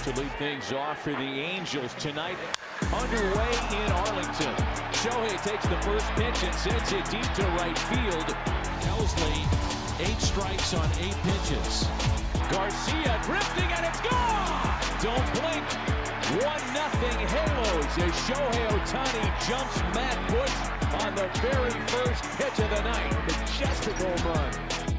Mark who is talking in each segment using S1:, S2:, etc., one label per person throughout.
S1: to lead things off for the Angels tonight. Underway in Arlington. Shohei takes the first pitch and sends it deep to right field. Helsley, 8 strikes on 8 pitches. Garcia drifting and it's gone! Don't blink. 1-0 Halos as Shohei Ohtani jumps Matt Bush on the very first pitch of the night. Majestic home run.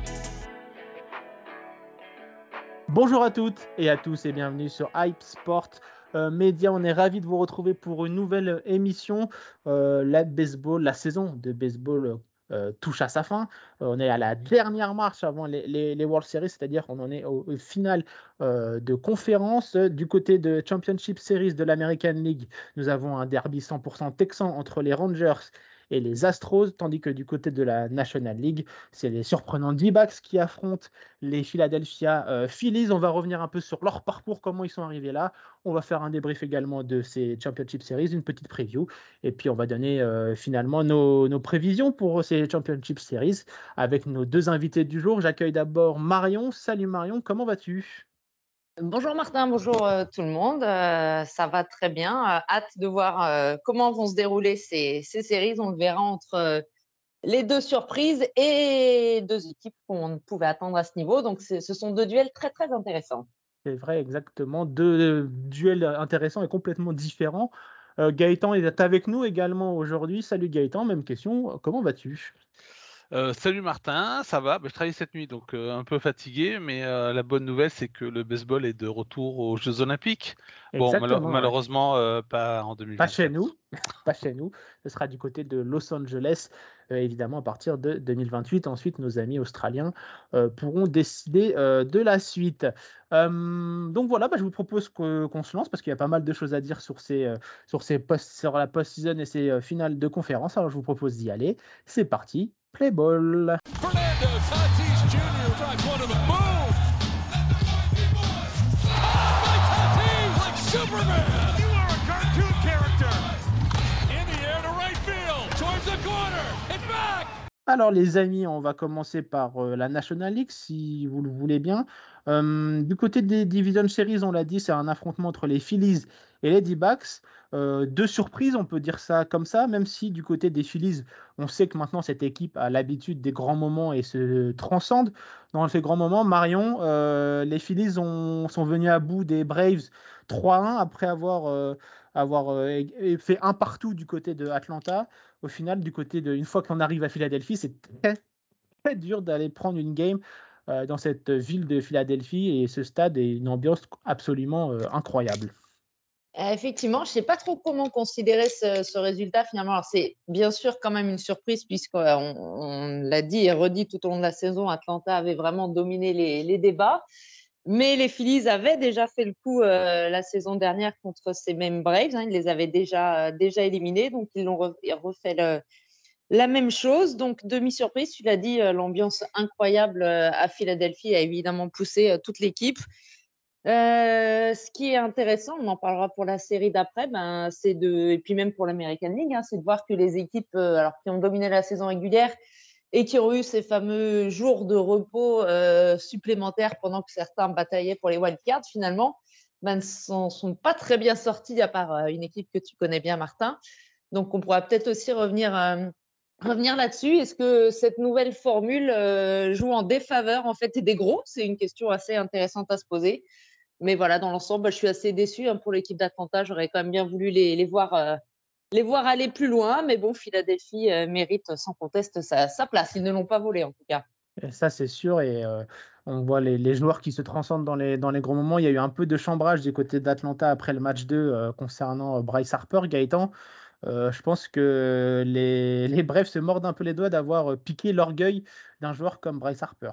S2: Bonjour à toutes et à tous et bienvenue sur Hype Sport Média. On est ravis de vous retrouver pour une nouvelle émission. La saison de baseball touche à sa fin. On est à la dernière marche avant les World Series, c'est-à-dire qu'on en est au final de conférence. Du côté de Championship Series de l'American League, nous avons un derby 100% texan entre les Rangers et les Astros, tandis que du côté de la National League, c'est les surprenants D-backs qui affrontent les Philadelphia Phillies. On va revenir un peu sur leur parcours, comment ils sont arrivés là. On va faire un débrief également de ces Championship Series, une petite preview. Et puis, on va donner finalement nos prévisions pour ces Championship Series avec nos deux invités du jour. J'accueille d'abord Marion. Salut Marion, comment vas-tu ?
S3: Bonjour Martin, bonjour tout le monde. Ça va très bien. Hâte de voir comment vont se dérouler ces séries. On le verra entre les deux surprises et deux équipes qu'on ne pouvait attendre à ce niveau. Donc, ce sont deux duels très, très intéressants.
S2: C'est vrai, exactement. Deux duels intéressants et complètement différents. Gaëtan est avec nous également aujourd'hui. Salut Gaëtan, même question. Comment vas-tu ?
S4: Salut Martin, ça va? Je travaillais cette nuit, donc un peu fatigué, mais la bonne nouvelle, c'est que le baseball est de retour aux Jeux Olympiques. Bon, malheureusement, pas en 2024.
S2: Pas chez nous, pas chez nous. Ce sera du côté de Los Angeles, évidemment, à partir de 2028. Ensuite, nos amis australiens pourront décider de la suite. Donc voilà, je vous propose qu'on se lance parce qu'il y a pas mal de choses à dire sur la post-season et ces finales de conférence. Alors, je vous propose d'y aller. C'est parti. Play ball.
S1: Fernando Tatis Jr. drives one to the moon. Tatis like Superman. You are a cartoon character. In the air to right field, towards the corner, and back.
S2: Alors les amis, on va commencer par la National League, si vous le voulez bien. Du côté des Division Series, on l'a dit, c'est un affrontement entre les Phillies et les D-backs. Deux surprises, on peut dire ça comme ça, même si du côté des Phillies, on sait que maintenant cette équipe a l'habitude des grands moments et se transcende dans ces grands moments. Marion, les Phillies sont venus à bout des Braves 3-1 après avoir fait un partout du côté de Atlanta. Au final, une fois qu'on arrive à Philadelphie, c'est très, très dur d'aller prendre une game dans cette ville de Philadelphie et ce stade est une ambiance absolument incroyable.
S3: Effectivement, je ne sais pas trop comment considérer ce résultat finalement. Alors, c'est bien sûr quand même une surprise puisqu'on l'a dit et redit tout au long de la saison, Atlanta avait vraiment dominé les débats. Mais les Phillies avaient déjà fait le coup la saison dernière contre ces mêmes Braves. Ils les avaient déjà éliminés. Donc, ils ont refait la même chose. Donc, demi-surprise, tu l'as dit, l'ambiance incroyable à Philadelphie a évidemment poussé toute l'équipe. Ce qui est intéressant, on en parlera pour la série d'après, et puis même pour l'American League, c'est de voir que les équipes qui ont dominé la saison régulière et qui ont eu ces fameux jours de repos supplémentaires pendant que certains bataillaient pour les wildcards, finalement, ne sont pas très bien sortis, à part une équipe que tu connais bien, Martin. Donc, on pourra peut-être aussi revenir là-dessus. Est-ce que cette nouvelle formule joue en défaveur en fait des gros ? C'est une question assez intéressante à se poser. Mais voilà, dans l'ensemble, je suis assez déçue pour l'équipe d'Atlanta. J'aurais quand même bien voulu les voir aller plus loin. Mais bon, Philadelphie mérite sans conteste sa place. Ils ne l'ont pas volé, en tout cas.
S2: Et ça, c'est sûr. Et on voit les joueurs qui se transcendent dans les gros moments. Il y a eu un peu de chambrage du côté d'Atlanta après le match 2 concernant Bryce Harper, Gaëtan. Je pense que les Braves se mordent un peu les doigts d'avoir piqué l'orgueil d'un joueur comme Bryce Harper.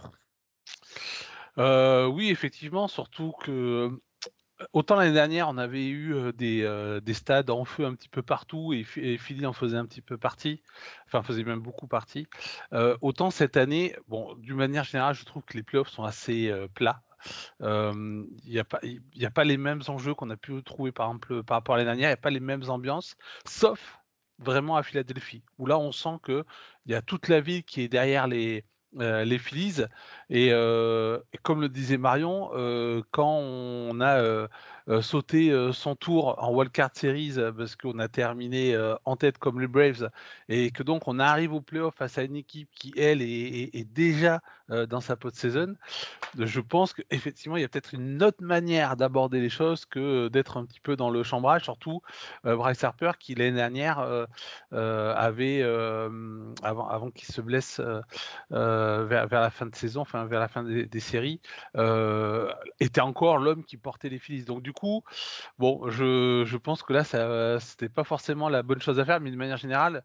S4: Oui, effectivement, surtout que autant l'année dernière, on avait eu des stades en feu un petit peu partout et Philly en faisait un petit peu partie, enfin faisait même beaucoup partie. Autant cette année, d'une manière générale, je trouve que les playoffs sont assez plats. Il n'y a pas les mêmes enjeux qu'on a pu trouver par exemple par rapport à l'année dernière, il n'y a pas les mêmes ambiances, sauf vraiment à Philadelphie, où là on sent qu'il y a toute la ville qui est derrière les les Phillies et comme le disait Marion, quand on a sauté son tour en Wildcard Series parce qu'on a terminé en tête comme les Braves et que donc on arrive aux playoffs face à une équipe qui elle est déjà dans sa post-saison, je pense qu'effectivement, il y a peut-être une autre manière d'aborder les choses que d'être un petit peu dans le chambrage, surtout Bryce Harper qui l'année dernière avait, avant qu'il se blesse vers la fin de saison, enfin vers la fin des séries, était encore l'homme qui portait les Phillies. Donc du coup, bon, je pense que là, c'était pas forcément la bonne chose à faire, mais de manière générale,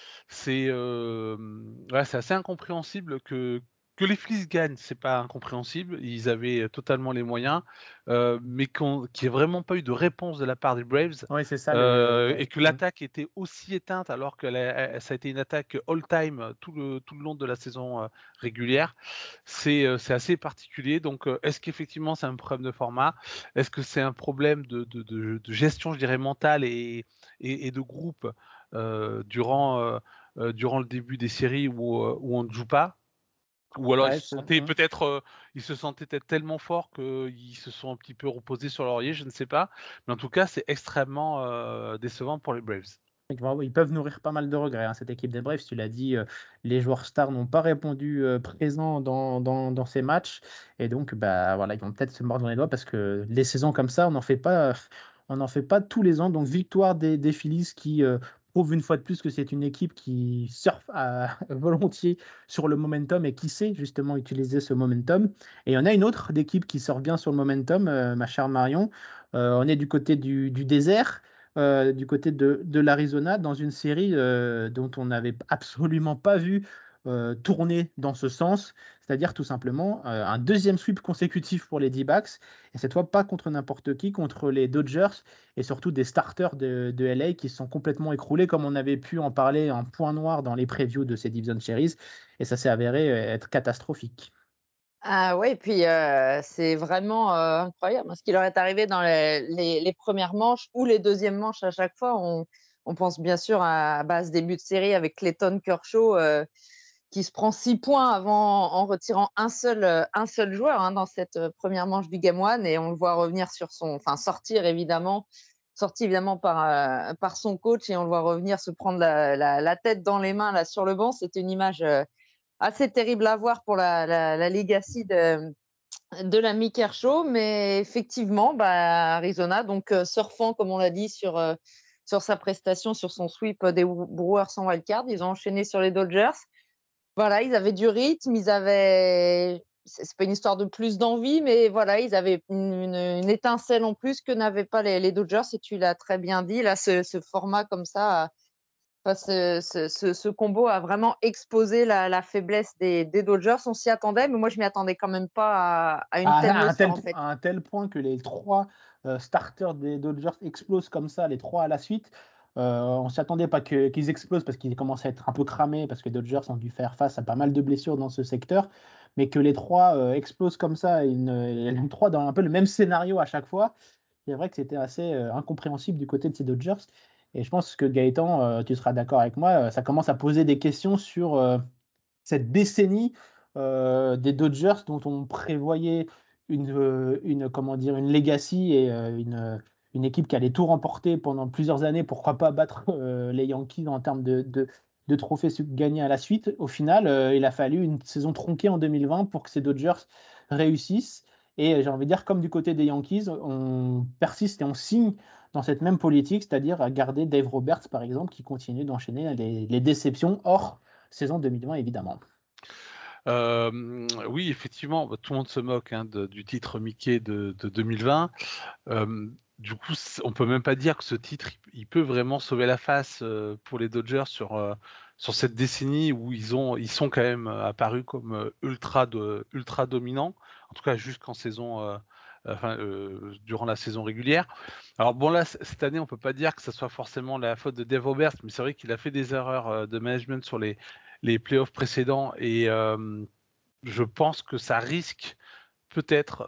S4: c'est assez incompréhensible que les Phillies gagnent, c'est pas incompréhensible. Ils avaient totalement les moyens, mais qu'il n'y ait vraiment pas eu de réponse de la part des Braves,
S2: Oui, c'est ça.
S4: et que l'attaque était aussi éteinte alors que ça a été une attaque all-time tout le long de la saison régulière. C'est assez particulier. Donc, est-ce qu'effectivement c'est un problème de format? Est-ce que c'est un problème de gestion, je dirais, mentale et de groupe durant le début des séries où on ne joue pas? Ou alors
S2: Ouais,
S4: ils se sentaient peut-être tellement forts qu'ils se sont un petit peu reposés sur leur laurier, je ne sais pas. Mais en tout cas, c'est extrêmement décevant pour les Braves.
S2: Ils peuvent nourrir pas mal de regrets, hein, cette équipe des Braves. Tu l'as dit, les joueurs stars n'ont pas répondu présents dans ces matchs. Et donc, bah, voilà, ils vont peut-être se mordre dans les doigts parce que les saisons comme ça, on n'en fait pas tous les ans. Donc, victoire des Phillies qui prouve une fois de plus que c'est une équipe qui surfe volontiers sur le momentum et qui sait justement utiliser ce momentum. Et il y en a une autre d'équipe qui sort bien sur le momentum, ma chère Marion. On est du côté du désert, du côté de l'Arizona, dans une série dont on n'avait absolument pas vu tourner dans ce sens, c'est-à-dire tout simplement un deuxième sweep consécutif pour les D-backs, et cette fois pas contre n'importe qui, contre les Dodgers, et surtout des starters de LA qui se sont complètement écroulés, comme on avait pu en parler en point noir dans les previews de ces Division Series, et ça s'est avéré être catastrophique.
S3: Ah ouais, puis c'est vraiment incroyable ce qui leur est arrivé dans les premières manches ou les deuxièmes manches à chaque fois. On pense bien sûr à base début de série avec Clayton Kershaw qui se prend 6 points en retirant un seul joueur dans cette première manche du Game 1 et on le voit revenir sorti évidemment par son coach et on le voit revenir se prendre la tête dans les mains là sur le banc. C'était une image assez terrible à voir pour la legacy de l'ami Kershaw, mais effectivement, Arizona, donc surfant, comme on l'a dit, sur sa prestation, sur son sweep des Brewers en wildcard, ils ont enchaîné sur les Dodgers. Voilà, ils avaient du rythme, c'est pas une histoire de plus d'envie, mais voilà, ils avaient une étincelle en plus que n'avaient pas les Dodgers, et tu l'as très bien dit, là, ce format comme ça, ce combo a vraiment exposé la faiblesse des Dodgers. On s'y attendait, mais moi, je m'y attendais quand même pas à une telle hauteur, en fait.
S2: À un tel point que les trois starters des Dodgers explosent comme ça, les trois à la suite. On ne s'y attendait pas qu'ils explosent parce qu'ils commencent à être un peu cramés, parce que les Dodgers ont dû faire face à pas mal de blessures dans ce secteur, mais que les trois explosent comme ça, les trois dans un peu le même scénario à chaque fois. C'est vrai que c'était assez incompréhensible du côté de ces Dodgers. Et je pense que Gaëtan, tu seras d'accord avec moi, ça commence à poser des questions sur cette décennie des Dodgers dont on prévoyait comment dire, une legacy et une équipe qui allait tout remporter pendant plusieurs années, pourquoi pas battre les Yankees en termes de trophées gagnés à la suite. Au final, il a fallu une saison tronquée en 2020 pour que ces Dodgers réussissent. Et j'ai envie de dire, comme du côté des Yankees, on persiste et on signe dans cette même politique, c'est-à-dire à garder Dave Roberts, par exemple, qui continue d'enchaîner les déceptions hors saison 2020, évidemment.
S4: Oui, effectivement, tout le monde se moque du titre Mickey de 2020. Du coup, on peut même pas dire que ce titre, il peut vraiment sauver la face pour les Dodgers sur cette décennie où ils sont quand même apparus comme ultra dominants, en tout cas jusqu'en saison, durant la saison régulière. Alors bon, là, cette année, on peut pas dire que ce soit forcément la faute de Dave Roberts, mais c'est vrai qu'il a fait des erreurs de management sur les playoffs précédents et je pense que ça risque peut-être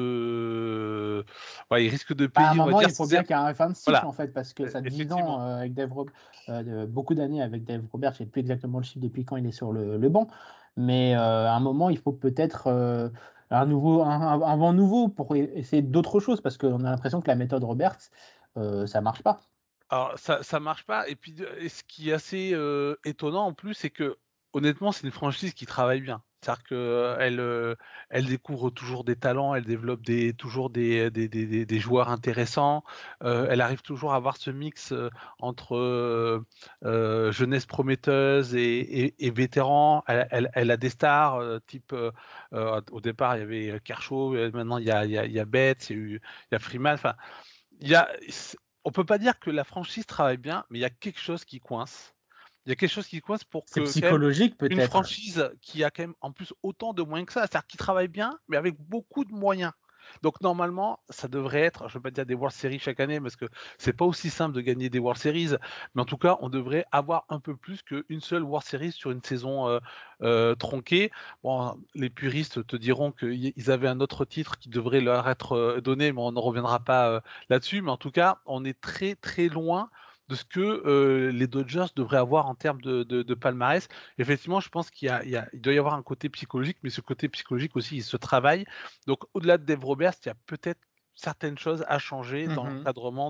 S4: il risque de payer.
S2: À un moment,
S4: on va dire,
S2: il faut bien qu'il y ait un fin de cycle,
S4: voilà.
S2: en fait, parce que ça 10 ans avec beaucoup d'années avec Dave Roberts, je ne sais plus exactement le chiffre depuis quand il est sur le banc, Mais à un moment, il faut peut-être un vent nouveau pour essayer d'autres choses, parce qu'on a l'impression que la méthode Roberts, ça marche pas.
S4: Alors ça marche pas et puis et ce qui est assez, étonnant en plus, c'est que honnêtement, c'est une franchise qui travaille bien. C'est-à-dire qu'elle, elle découvre toujours des talents, elle développe toujours des joueurs intéressants, elle arrive toujours à avoir ce mix, entre, jeunesse prometteuse et vétérans. Elle a des stars, type, au départ, il y avait Kershaw, maintenant il y a Betts, il y a Freeman, enfin il y a on peut pas dire que la franchise travaille bien, mais il y a quelque chose qui coince. Il y a quelque chose qui coince pour
S2: C'est
S4: que quand même
S2: psychologique
S4: une
S2: peut-être.
S4: franchise qui a quand même en plus autant de moyens que ça, c'est-à-dire qui travaille bien, mais avec beaucoup de moyens. Donc normalement, ça devrait être, je ne veux pas dire des World Series chaque année parce que c'est pas aussi simple de gagner des World Series, mais en tout cas, on devrait avoir un peu plus qu'une seule World Series sur une saison tronquée. Bon, les puristes te diront qu'ils avaient un autre titre qui devrait leur être donné, mais on ne reviendra pas là-dessus. Mais en tout cas, on est très très loin de ce que les Dodgers devraient avoir en termes de palmarès. Effectivement, je pense il doit y avoir un côté psychologique, mais ce côté psychologique aussi, il se travaille. Donc, au-delà de Dave Roberts, il y a peut-être certaines choses à changer dans
S2: Mhm.
S4: l'encadrement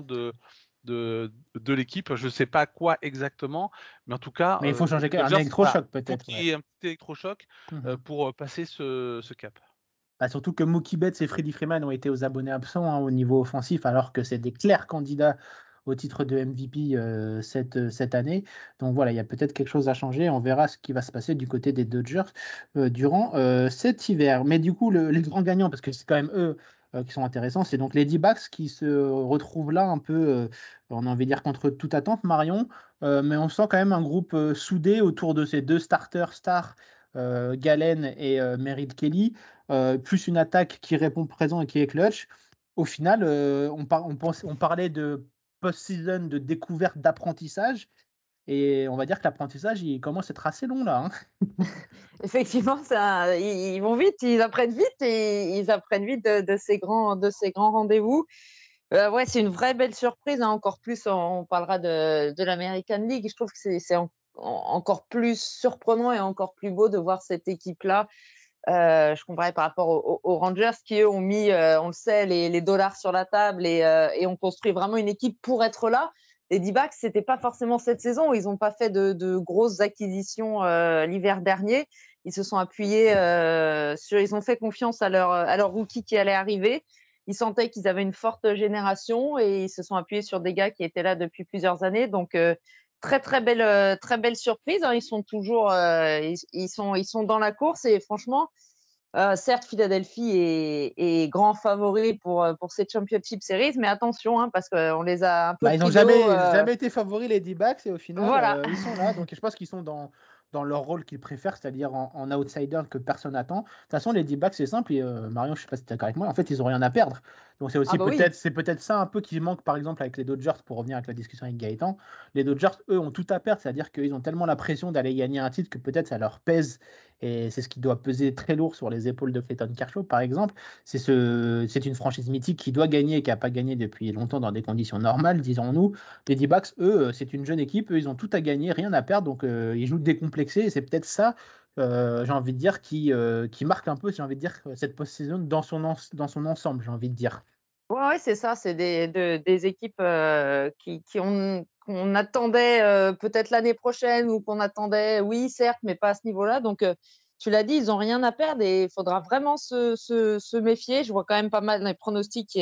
S4: de l'équipe. Je ne sais pas quoi exactement, mais en tout cas,
S2: Mais il faut
S4: les
S2: changer un
S4: Dodgers, voilà,
S2: électrochoc
S4: il faut
S2: peut-être.
S4: qu'il
S2: Ouais.
S4: y ait un petit électrochoc
S2: Mhm.
S4: pour passer ce cap.
S2: Bah, surtout que Mookie Betts et Freddie Freeman ont été aux abonnés absents au niveau offensif, alors que c'est des clairs candidats au titre de MVP cette année. Donc voilà, il y a peut-être quelque chose à changer. On verra ce qui va se passer du côté des Dodgers durant cet hiver. Mais du coup, les grands gagnants, parce que c'est quand même eux qui sont intéressants, c'est donc les D-backs qui se retrouvent là un peu, on a envie de dire contre toute attente, Marion. Mais on sent quand même un groupe soudé autour de ces deux starters stars, Galen et Merrill Kelly, plus une attaque qui répond présent et qui est clutch. Au final, on parlait de post-season, de découverte, d'apprentissage. Et on va dire que l'apprentissage, il commence à être assez long là.
S3: Effectivement, ils vont vite, ils apprennent vite et ils apprennent vite de ces grands rendez-vous. Ouais, c'est une vraie belle surprise, hein. Encore plus, on parlera de l'American League. Je trouve que c'est encore plus surprenant et encore plus beau de voir cette équipe-là. Je comparais par rapport aux Rangers qui, eux, ont mis, on le sait, les dollars sur la table et ont construit vraiment une équipe pour être là. Les D-backs, ce n'était pas forcément cette saison. Ils n'ont pas fait de grosses acquisitions l'hiver dernier. Ils se sont appuyés ils ont fait confiance à leur rookie qui allait arriver. Ils sentaient qu'ils avaient une forte génération et ils se sont appuyés sur des gars qui étaient là depuis plusieurs années. Donc, très belle surprise, hein. Ils sont toujours ils sont dans la course et franchement, certes, Philadelphie est grand favori pour cette Championship Series, mais attention, hein, parce qu'on les a un peu
S2: Bah, ils n'ont
S3: pris de haut.
S2: jamais été favoris, les D-backs, et au final,
S3: Voilà.
S2: ils sont là. Donc je pense qu'ils sont dans leur rôle qu'ils préfèrent, c'est-à-dire en outsider que personne n'attend. De toute façon, les D-backs, c'est simple. Et, Marion, je ne sais pas si tu es d'accord avec moi, en fait, ils n'ont rien à perdre. Donc c'est
S3: Ah
S2: aussi
S3: bah oui.
S2: peut-être ça un peu qui manque, par exemple, avec les Dodgers, pour revenir avec la discussion avec Gaëtan. Les Dodgers, eux, ont tout à perdre, c'est-à-dire qu'ils ont tellement la pression d'aller gagner un titre que peut-être ça leur pèse. Et c'est ce qui doit peser très lourd sur les épaules de Clayton Kershaw, par exemple. C'est une franchise mythique qui doit gagner et qui n'a pas gagné depuis longtemps dans des conditions normales, disons-nous. Les D-backs, eux, c'est une jeune équipe, eux, ils ont tout à gagner, rien à perdre, donc ils jouent décomplexés, et c'est peut-être ça, j'ai envie de dire, qui marque un peu, j'ai envie de dire, cette post-saison dans dans son ensemble, j'ai envie de dire.
S3: Ouais, c'est ça. C'est des équipes qu'on attendait peut-être l'année prochaine ou qu'on attendait, oui, certes, mais pas à ce niveau-là. Donc, tu l'as dit, ils n'ont rien à perdre et il faudra vraiment se méfier. Je vois quand même pas mal dans les pronostics.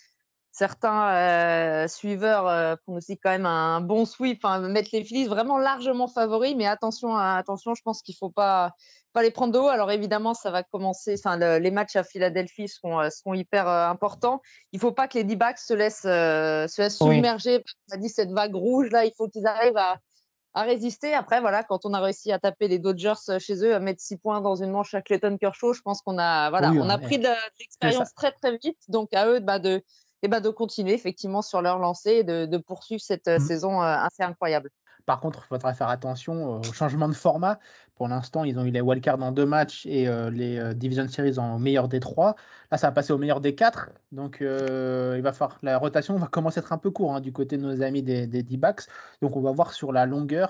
S3: Certains suiveurs pronostiquent quand même un bon sweep, enfin, mettre les Phillies vraiment largement favoris, mais attention, je pense qu'il ne faut pas les prendre de haut. Alors évidemment, ça va commencer, les matchs à Philadelphie seront hyper importants. Il ne faut pas que les D-backs se laissent
S2: Oui.
S3: submerger. On a dit cette vague rouge, là, il faut qu'ils arrivent à résister. Après, voilà, quand on a réussi à taper les Dodgers chez eux, à mettre 6 points dans une manche à Clayton Kershaw, je pense qu'on a,
S2: Oui,
S3: on a pris de
S2: c'est ça.
S3: l'expérience très, très vite. Donc, à eux de continuer effectivement sur leur lancée et de poursuivre cette saison assez incroyable.
S2: Par contre, il faudra faire attention au changement de format. Pour l'instant, ils ont eu les wildcards en 2 matchs et les Division Series en meilleur des 3. Là, ça va passer au meilleur des 4. Donc, il va falloir, la rotation va commencer à être un peu court, hein, du côté de nos amis des D-backs. Donc, on va voir sur la longueur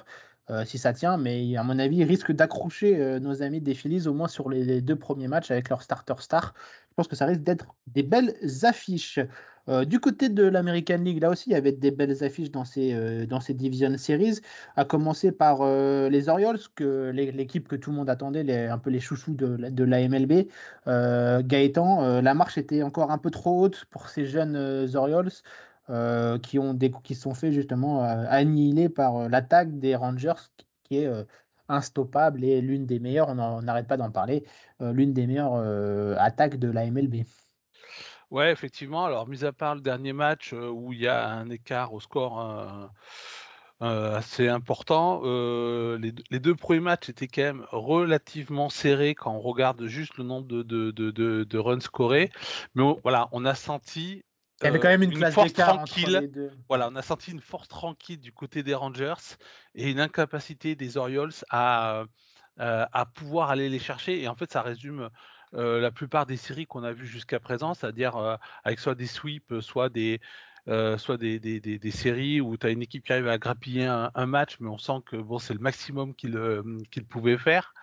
S2: si ça tient, mais à mon avis, ils risquent d'accrocher nos amis des Phillies, au moins sur les 2 premiers matchs avec leur starter star. Je pense que ça risque d'être des belles affiches. Du côté de l'American League, là aussi, il y avait des belles affiches dans ces Division Series, à commencer par les Orioles, l'équipe que tout le monde attendait, un peu les chouchous de la MLB. Gaëtan, la marche était encore un peu trop haute pour ces jeunes Orioles qui se sont fait justement annihiler par l'attaque des Rangers, qui est instoppable et l'une des meilleures, on n'arrête pas d'en parler, l'une des meilleures attaques de la MLB.
S4: Ouais, effectivement. Alors, mis à part le dernier match où il y a un écart au score assez important, les 2 premiers matchs étaient quand même relativement serrés quand on regarde juste le nombre de runs scorés. Mais voilà, on a senti
S2: Il y avait quand même une classe
S4: force
S2: d'écart entre
S4: tranquille.
S2: les deux.
S4: Voilà, on a senti une force tranquille du côté des Rangers et une incapacité des Orioles à pouvoir aller les chercher. Et en fait, ça résume la plupart des séries qu'on a vues jusqu'à présent, c'est-à-dire avec soit des sweeps, soit des séries où tu as une équipe qui arrive à grappiller un match, mais on sent que bon, c'est le maximum qu'il pouvait faire.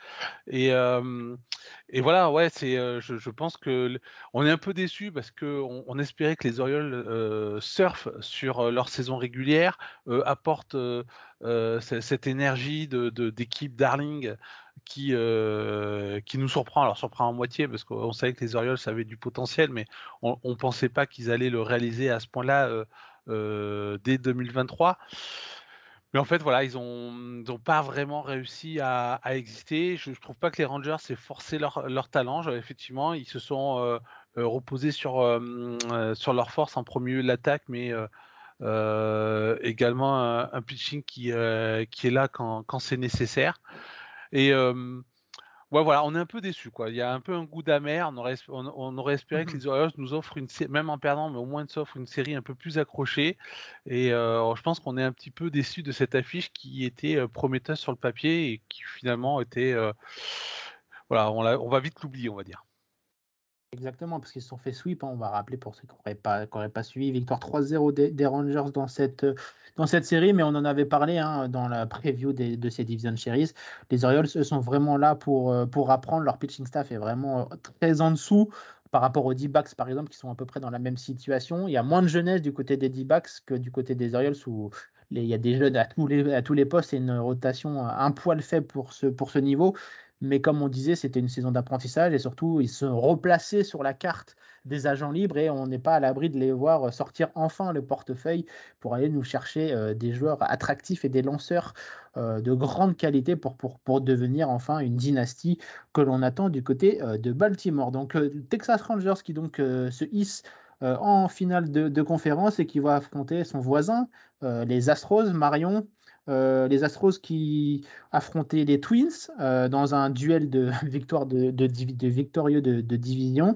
S4: Et voilà, ouais, je pense que on est un peu déçus parce qu'on espérait que les Orioles surfent sur leur saison régulière, apportent cette énergie d'équipe darling qui nous surprend. Alors surprend en moitié parce qu'on savait que les Orioles avaient du potentiel, mais on pensait pas qu'ils allaient le réaliser à ce point-là dès 2023. Mais en fait, voilà, ils ont pas vraiment réussi à exister. Je trouve pas que les Rangers aient forcé leur talent. Effectivement, ils se sont reposés sur leur force en premier lieu de l'attaque, mais également un pitching qui est là quand c'est nécessaire. Et ouais, voilà, on est un peu déçus, quoi. Il y a un peu un goût d'amer. On aurait espéré que les Orioles nous offrent même en perdant, mais au moins nous offrent une série un peu plus accrochée. Et je pense qu'on est un petit peu déçus de cette affiche qui était prometteuse sur le papier et qui finalement était, voilà, on va vite l'oublier, on va dire.
S2: Exactement, parce qu'ils se sont fait sweep, hein, on va rappeler pour ceux qui n'auraient pas suivi. Victoire 3-0 des Rangers dans cette série, mais on en avait parlé hein, dans la preview de ces Division Series. Les Orioles, eux, sont vraiment là pour apprendre. Leur pitching staff est vraiment très en dessous par rapport aux D-backs, par exemple, qui sont à peu près dans la même situation. Il y a moins de jeunesse du côté des D-backs que du côté des Orioles, où il y a des jeunes à tous les postes et une rotation un poil faible pour ce niveau. Mais comme on disait, c'était une saison d'apprentissage et surtout, ils se replaçaient sur la carte des agents libres et on n'est pas à l'abri de les voir sortir enfin le portefeuille pour aller nous chercher des joueurs attractifs et des lanceurs de grande qualité pour devenir enfin une dynastie que l'on attend du côté de Baltimore. Donc, Texas Rangers qui donc se hisse en finale de conférence et qui va affronter son voisin, les Astros, Marion. Les Astros qui affrontaient les Twins dans un duel de victoire de victorieux de division.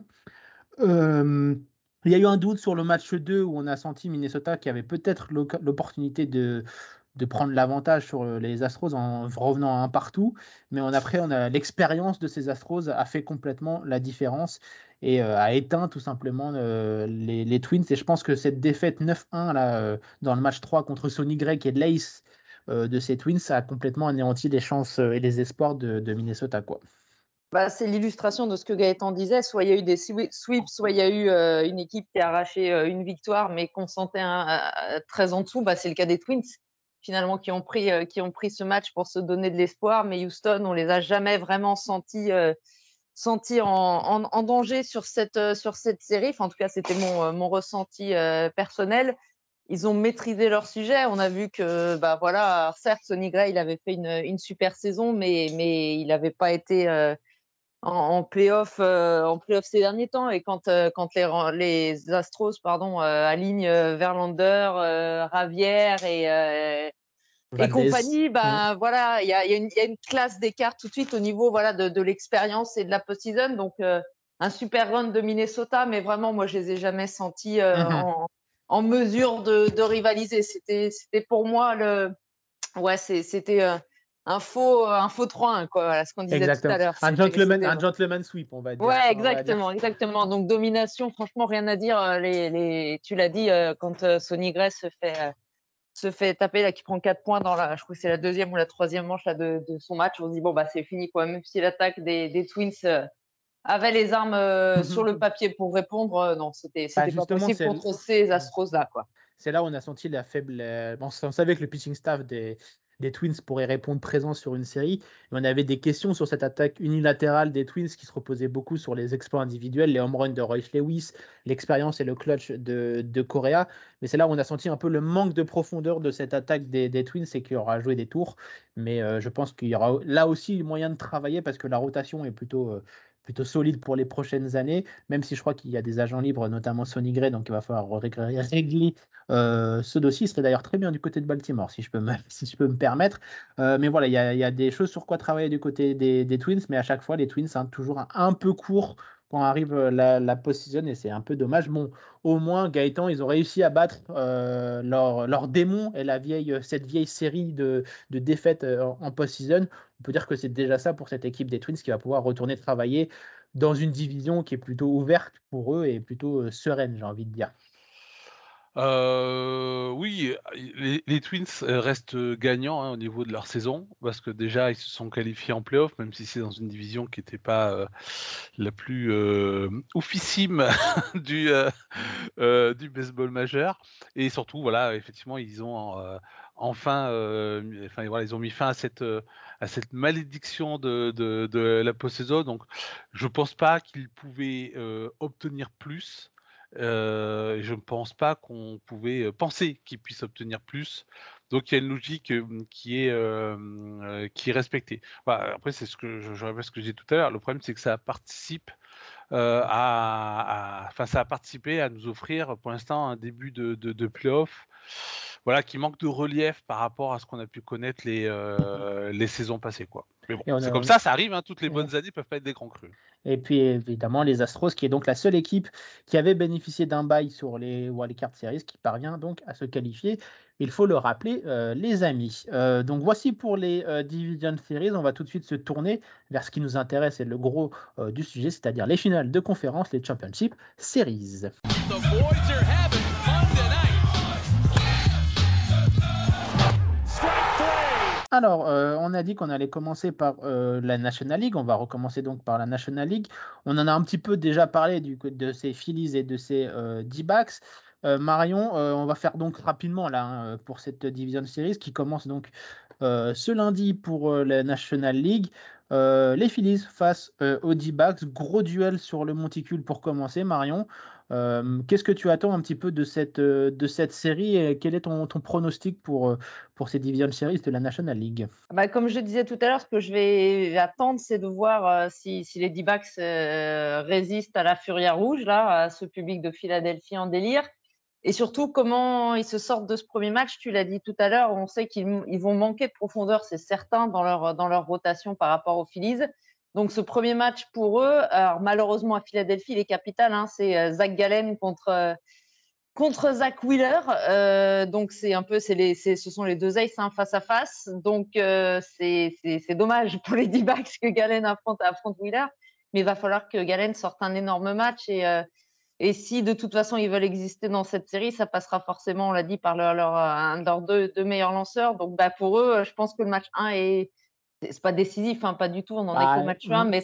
S2: Il y a eu un doute sur le match 2 où on a senti Minnesota qui avait peut-être l'opportunité de prendre l'avantage sur les Astros en revenant à un partout. Mais après, l'expérience de ces Astros a fait complètement la différence et a éteint tout simplement les Twins. Et je pense que cette défaite 9-1 là, dans le match 3 contre Sonny Gray, qui est l'ace de ces Twins, ça a complètement anéanti les chances et les espoirs de Minnesota, quoi.
S3: Bah, c'est l'illustration de ce que Gaëtan disait. Soit il y a eu des sweeps, soit il y a eu une équipe qui a arraché une victoire, mais qu'on sentait très en dessous. Bah, c'est le cas des Twins, finalement, qui ont pris ce match pour se donner de l'espoir. Mais Houston, on les a jamais vraiment sentis en danger sur cette série. Enfin, en tout cas, c'était mon ressenti personnel. Ils ont maîtrisé leur sujet. On a vu que, bah voilà, certes, Sonny Gray, il avait fait une super saison, mais il n'avait pas été en play-off ces derniers temps. Et quand les Astros alignent Verlander, Ravière et compagnie, ben voilà, il y a une classe d'écart tout de suite au niveau voilà de l'expérience et de la post-season. Donc un super run de Minnesota, mais vraiment moi je les ai jamais sentis en mesure de rivaliser. C'était pour moi c'était un faux 3-1 quoi, voilà ce qu'on disait
S2: exactement.
S3: tout à l'heure.
S2: Un gentleman sweep, on va dire.
S3: Ouais, exactement. Donc domination, franchement rien à dire. Tu l'as dit quand Sonny Gray se fait taper, là, qui prend 4 points je crois que c'est la deuxième ou la troisième manche là, de son match. On se dit, bon, bah, c'est fini, quoi. Même si l'attaque des Twins avait les armes sur le papier pour répondre, non, c'était pas
S2: Justement,
S3: possible contre ces Astros-là, quoi.
S2: c'est là où on a senti la faible. On savait que le pitching staff des Twins pourrait répondre présent sur une série. Mais on avait des questions sur cette attaque unilatérale des Twins qui se reposait beaucoup sur les exploits individuels, les home runs de Royce Lewis, l'expérience et le clutch de Correa. Mais c'est là où on a senti un peu le manque de profondeur de cette attaque des Twins et qu'il y aura joué des tours. Mais je pense qu'il y aura là aussi moyen de travailler parce que la rotation est plutôt solide pour les prochaines années, même si je crois qu'il y a des agents libres, notamment Sonny Gray, donc il va falloir régler ce dossier. Serait d'ailleurs très bien du côté de Baltimore, si je peux me permettre. Mais voilà, il y a des choses sur quoi travailler du côté des Twins, mais à chaque fois, les Twins sont toujours un peu courts quand arrive la post-season, et c'est un peu dommage. Bon, au moins, Gaëtan, ils ont réussi à battre leur démon et cette vieille série de défaites en post-season. On peut dire que c'est déjà ça pour cette équipe des Twins qui va pouvoir retourner travailler dans une division qui est plutôt ouverte pour eux et plutôt sereine, j'ai envie de dire.
S4: Oui, les Twins restent gagnants au niveau de leur saison parce que déjà ils se sont qualifiés en playoff, même si c'est dans une division qui n'était pas la plus oufissime du baseball majeur. Et surtout, voilà, effectivement, ils ont enfin, voilà, ils ont mis fin à cette malédiction de la post-saison. Donc, je pense pas qu'ils pouvaient obtenir plus. Je ne pense pas qu'on pouvait penser qu'ils puissent obtenir plus. Donc il y a une logique qui est respectée. Voilà, après, c'est je répète ce que j'ai dit tout à l'heure. Le problème, c'est que ça participe ça a participé à nous offrir pour l'instant un début de play-off, voilà, qui manque de relief par rapport à ce qu'on a pu connaître les saisons passées, quoi. Mais bon, c'est comme ça arrive, hein, toutes les bonnes années peuvent pas être des grands crus.
S2: Et puis évidemment les Astros, qui est donc la seule équipe qui avait bénéficié d'un bye sur les Wildcard Series, qui parvient donc à se qualifier. Il faut le rappeler, les amis. Donc voici pour les Division Series. On va tout de suite se tourner vers ce qui nous intéresse et le gros du sujet, c'est-à-dire les finales de conférence, les Championship Series. Alors, on a dit qu'on allait commencer par la National League. On va recommencer donc par la National League. On en a un petit peu déjà parlé de ces Phillies et de ces D-backs. Marion, on va faire donc rapidement là pour cette Division Series qui commence donc ce lundi pour la National League. Les Phillies face aux D-backs. Gros duel sur le monticule pour commencer, Marion. Qu'est-ce que tu attends un petit peu de cette série et quel est ton pronostic pour ces Division Series de la National League?
S3: Bah, comme je disais tout à l'heure, ce que je vais attendre, c'est de voir si les D-backs résistent à la furia rouge, là, à ce public de Philadelphie en délire. Et surtout, comment ils se sortent de ce premier match. Tu l'as dit tout à l'heure, on sait qu'ils vont manquer de profondeur, c'est certain, dans leur rotation par rapport aux Phillies. Donc, ce premier match pour eux, alors malheureusement à Philadelphie, il est capital, hein, c'est Zach Gallen contre Zach Wheeler. Donc, ce sont les deux aces face à face. Donc, c'est dommage pour les D-backs que Gallen affronte Wheeler. Mais il va falloir que Gallen sorte un énorme match. Et si de toute façon ils veulent exister dans cette série, ça passera forcément, on l'a dit, par leurs deux meilleurs lanceurs. Donc, pour eux, je pense que le match 1 c'est pas décisif, hein, pas du tout. On en est qu'au match 1, mais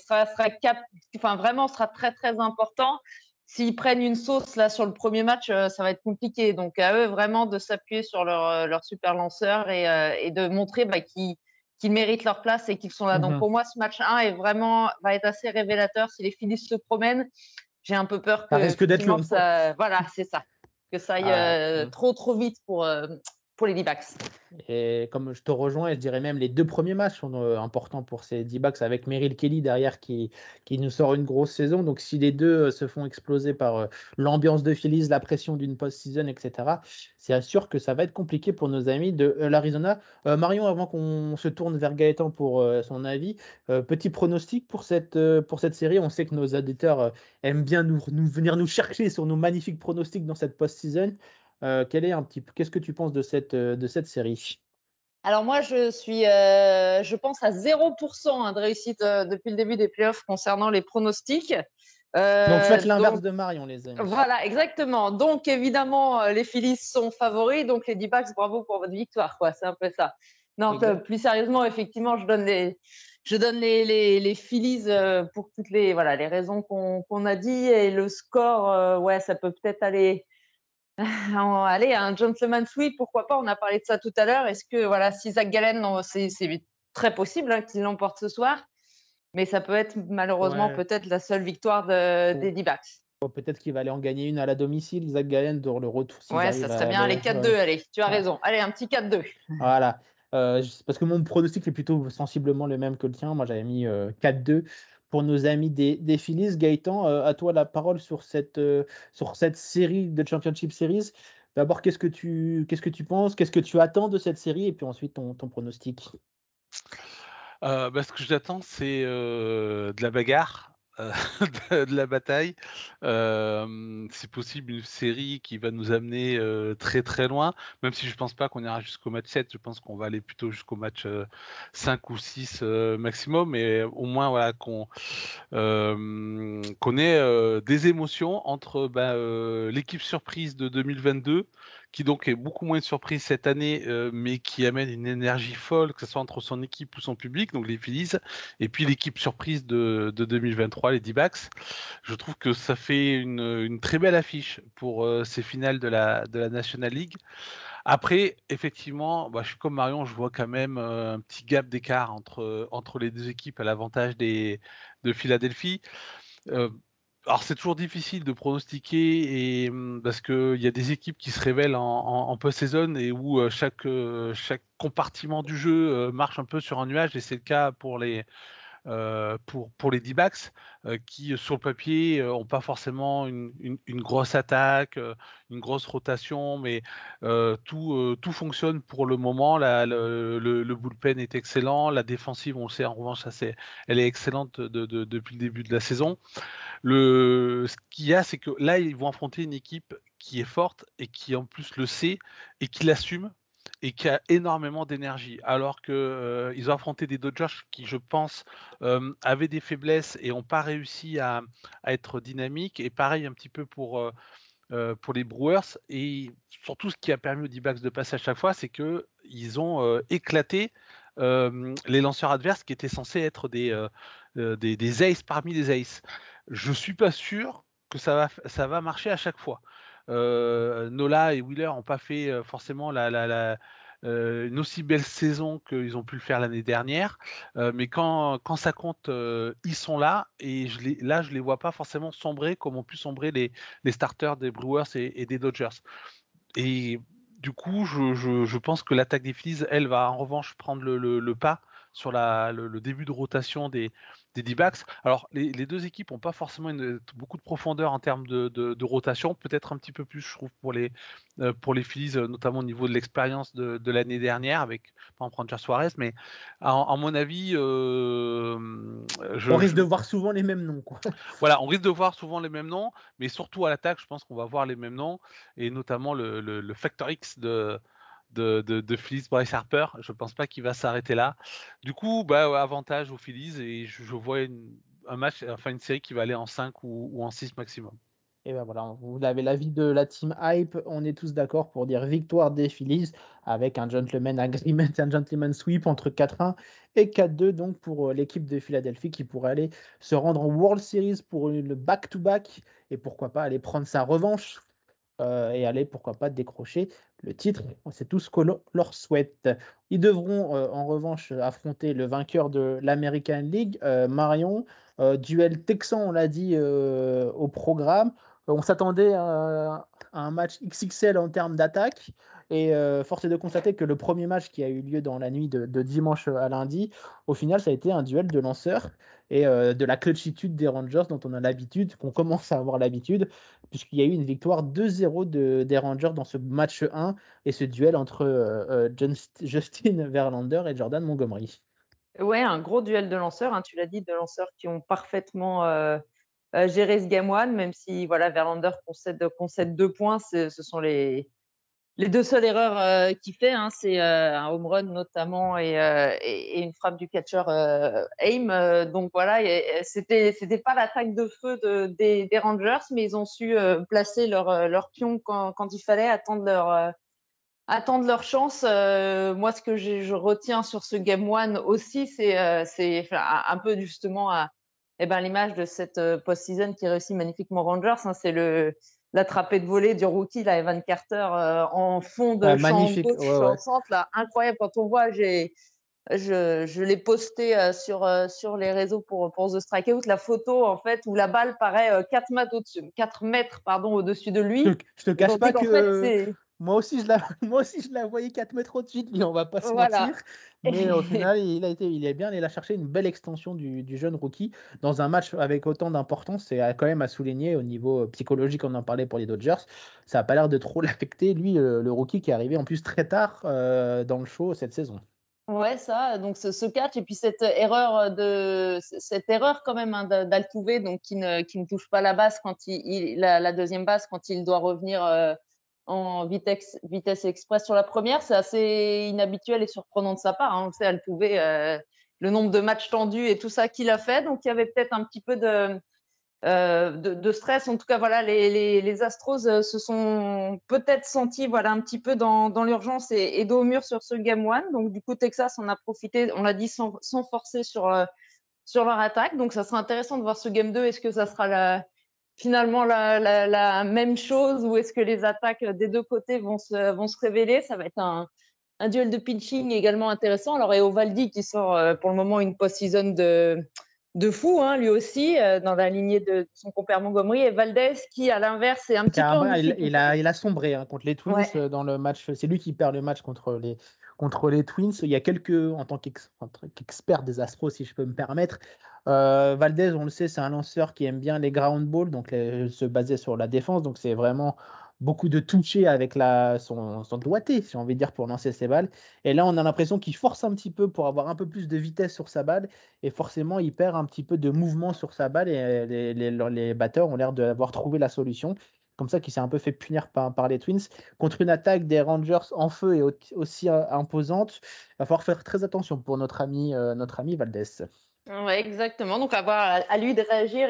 S3: vraiment sera très très important. S'ils prennent une sauce là sur le premier match, ça va être compliqué. Donc à eux vraiment de s'appuyer sur leur super lanceur et de montrer qu'ils méritent leur place et qu'ils sont là. Donc pour moi, ce match 1 va être assez révélateur. Si les Phillies se promènent, j'ai un peu peur
S2: Ça risque d'être long.
S3: Voilà, c'est ça. Que ça aille trop vite pour les D-backs.
S2: Et comme je te rejoins, et je dirais même les deux premiers matchs sont importants pour ces D-backs avec Merrill Kelly derrière qui nous sort une grosse saison. Donc si les deux se font exploser par l'ambiance de Phillies, la pression d'une post-season, etc., c'est sûr que ça va être compliqué pour nos amis de l'Arizona. Marion, avant qu'on se tourne vers Gaëtan pour son avis, petit pronostic pour cette série. On sait que nos auditeurs aiment bien venir nous chercher sur nos magnifiques pronostics dans cette post-season. Qu'est-ce que tu penses de cette série?
S3: Alors moi, je pense à 0% de réussite depuis le début des playoffs concernant les pronostics.
S2: Donc faites l'inverse
S3: Donc,
S2: de Marion, les amis.
S3: voilà, exactement. Donc, évidemment, les Phillies sont favoris. Donc, les D-backs, bravo pour votre victoire, quoi. C'est un peu ça. Non,
S2: Exact.
S3: plus sérieusement, effectivement, je donne les Phillies pour toutes les raisons qu'on a dit. Et le score, ouais, ça peut peut-être aller un gentleman sweep, pourquoi pas. On a parlé de ça tout à l'heure. Est-ce que, si Zach Gallen, c'est très possible qu'il l'emporte ce soir. Mais ça peut être malheureusement
S2: Ouais.
S3: peut-être la seule victoire des D-backs.
S2: Peut-être qu'il va aller en gagner une à la domicile, Zach Gallen, dans le retour, s'ils
S3: Ouais, ça
S2: arrivent
S3: serait
S2: à
S3: bien. Allez,
S2: le.
S3: 4-2, allez, tu as
S2: Ah,
S3: raison. Allez, un petit 4-2.
S2: voilà. Parce que mon pronostic est plutôt sensiblement le même que le tien. Moi, j'avais mis 4-2 pour nos amis des Phillies. Gaëtan, à toi la parole sur cette série de Championship Series. D'abord, qu'est-ce que tu penses? Qu'est-ce que tu attends de cette série? Et puis ensuite, ton pronostic.
S4: Ce que j'attends, c'est de la bagarre, de la bataille. Si possible, une série qui va nous amener très très loin, même si je pense pas qu'on ira jusqu'au match 7, je pense qu'on va aller plutôt jusqu'au match 5 ou 6 maximum, mais au moins voilà, qu'on ait des émotions entre l'équipe surprise de 2022, qui donc est beaucoup moins une surprise cette année, mais qui amène une énergie folle, que ce soit entre son équipe ou son public, donc les Phillies, et puis l'équipe surprise de 2023, les D-backs. Je trouve que ça fait une très belle affiche pour ces finales de la National League. Après, effectivement, je suis comme Marion, je vois quand même un petit gap d'écart entre les deux équipes à l'avantage de Philadelphie. Alors c'est toujours difficile de pronostiquer parce qu'il y a des équipes qui se révèlent en post-saison et où chaque compartiment du jeu marche un peu sur un nuage, et c'est le cas pour les D-backs qui, sur le papier, n'ont pas forcément une grosse attaque, une grosse rotation, mais tout fonctionne pour le moment. Le bullpen est excellent, la défensive, on le sait, en revanche, elle est excellente depuis le début de la saison. Ce qu'il y a, c'est que là, ils vont affronter une équipe qui est forte et qui en plus le sait et qui l'assume et qui a énormément d'énergie. Alors que ils ont affronté des Dodgers qui, je pense, avaient des faiblesses et n'ont pas réussi à être dynamiques. Et pareil un petit peu pour les Brewers. Et surtout, ce qui a permis aux D-backs de passer à chaque fois, c'est qu'ils ont éclaté les lanceurs adverses qui étaient censés être des aces parmi les aces. Je suis pas sûr que ça va marcher à chaque fois. Nola et Wheeler n'ont pas fait forcément une aussi belle saison qu'ils ont pu le faire l'année dernière, mais quand ça compte, ils sont là, et je les vois pas forcément sombrer comme ont pu sombrer les starters des Brewers et des Dodgers. Et du coup, je pense que l'attaque des Phillies, elle, va en revanche prendre le pas sur le début de rotation des D-backs. Alors, les deux équipes n'ont pas forcément beaucoup de profondeur en termes de rotation, peut-être un petit peu plus, je trouve, pour les Phillies, notamment au niveau de l'expérience de l'année dernière, avec, par exemple, Ranger Suarez. Mais à mon avis,
S2: On risque de voir souvent les mêmes noms, quoi.
S4: voilà, on risque de voir souvent les mêmes noms, mais surtout à l'attaque, je pense qu'on va voir les mêmes noms, et notamment le Factor X de Phillies, Bryce Harper. Je ne pense pas qu'il va s'arrêter là. Du coup, ouais, avantage aux Phillies, et je vois une série qui va aller en 5 ou en 6 maximum.
S2: Et ben voilà, vous avez l'avis de la team Hype. On est tous d'accord pour dire victoire des Phillies avec un gentleman agreement, un gentleman sweep entre 4-1 et 4-2, donc pour l'équipe de Philadelphie qui pourrait aller se rendre en World Series pour le back-to-back, et pourquoi pas aller prendre sa revanche et aller, pourquoi pas, décrocher le titre. C'est tout ce que leur souhaite. Ils devront en revanche affronter le vainqueur de l'American League, Marion. Duel texan, on l'a dit au programme. On s'attendait à un match XXL en termes d'attaque. Et force est de constater que le premier match qui a eu lieu dans la nuit de dimanche à lundi, au final, ça a été un duel de lanceurs et de la clutchitude des Rangers dont on a l'habitude, qu'on commence à avoir l'habitude, puisqu'il y a eu une victoire 2-0 des Rangers dans ce match 1 et ce duel entre Justin Verlander et Jordan Montgomery.
S3: Ouais, un gros duel de lanceurs, tu l'as dit, de lanceurs qui ont parfaitement géré ce game one, même si Verlander concède 2 points, ce sont les les deux seules erreurs qu'il fait, hein, c'est un home run notamment et une frappe du catcher Aim. Donc voilà, c'était pas l'attaque de feu des Rangers, mais ils ont su placer leur pion quand il fallait, attendre leur chance. Moi, ce que je retiens sur ce Game 1 aussi, c'est un peu justement l'image de cette post-season qui réussit magnifiquement Rangers. Hein, c'est l'attrapé de volée du rookie, là, Evan Carter, en fond de champ
S2: Magnifique,
S3: gauche,
S2: ouais, ouais.
S3: en centre, là, incroyable. Quand on voit, je l'ai posté sur les réseaux pour The Strikeout, la photo en fait où la balle paraît 4 mètres au-dessus de lui.
S2: Je te cache
S3: Donc,
S2: pas
S3: en fait,
S2: que
S3: c'est
S2: moi aussi, moi aussi, je la voyais 4 mètres au-dessus de lui, on va pas se
S3: voilà.
S2: mentir. Mais au final, il est bien allé la chercher, une belle extension du jeune rookie dans un match avec autant d'importance. C'est quand même à souligner au niveau psychologique, on en parlait pour les Dodgers. Ça n'a pas l'air de trop l'affecter, lui, le rookie qui est arrivé en plus très tard dans le show cette saison.
S3: Ouais, ça, donc ce catch et puis cette erreur quand même, hein, d'Altuve, donc qui ne touche pas la base quand la deuxième base quand il doit revenir en vitesse express sur la première, c'est assez inhabituel et surprenant de sa part. Hein. On sait, Altuve, le nombre de matchs tendus et tout ça qu'il a fait, donc il y avait peut-être un petit peu de stress. En tout cas, voilà, les Astros se sont peut-être sentis un petit peu dans l'urgence et dos au mur sur ce Game 1. Donc, du coup, Texas en a profité, on l'a dit, sans forcer sur leur attaque. Donc, ça sera intéressant de voir ce Game 2. Est-ce que ça sera finalement la même chose ou est-ce que les attaques des deux côtés vont se révéler? Ça va être un duel de pitching également intéressant. Alors, Eovaldi qui sort pour le moment une post-season de fou, hein, lui aussi, dans la lignée de son compère Montgomery, et Valdez qui, à l'inverse, est un petit peu en
S2: Caramba,
S3: difficulté.
S2: il a sombré hein, contre les Twins
S3: Ouais.
S2: dans le match. C'est lui qui perd le match contre les Twins. Il y a en tant qu'expert des Astros, si je peux me permettre, Valdez, on le sait, c'est un lanceur qui aime bien les ground balls, donc se baser sur la défense. Donc c'est vraiment beaucoup de toucher avec son doigté, si on veut dire, pour lancer ses balles. Et là, on a l'impression qu'il force un petit peu pour avoir un peu plus de vitesse sur sa balle. Et forcément, il perd un petit peu de mouvement sur sa balle. Et les batteurs ont l'air d'avoir trouvé la solution. Comme ça, qui s'est un peu fait punir par les Twins. Contre une attaque des Rangers en feu et aussi imposante, il va falloir faire très attention pour notre ami Valdez.
S3: Ouais, exactement. Donc, à lui de réagir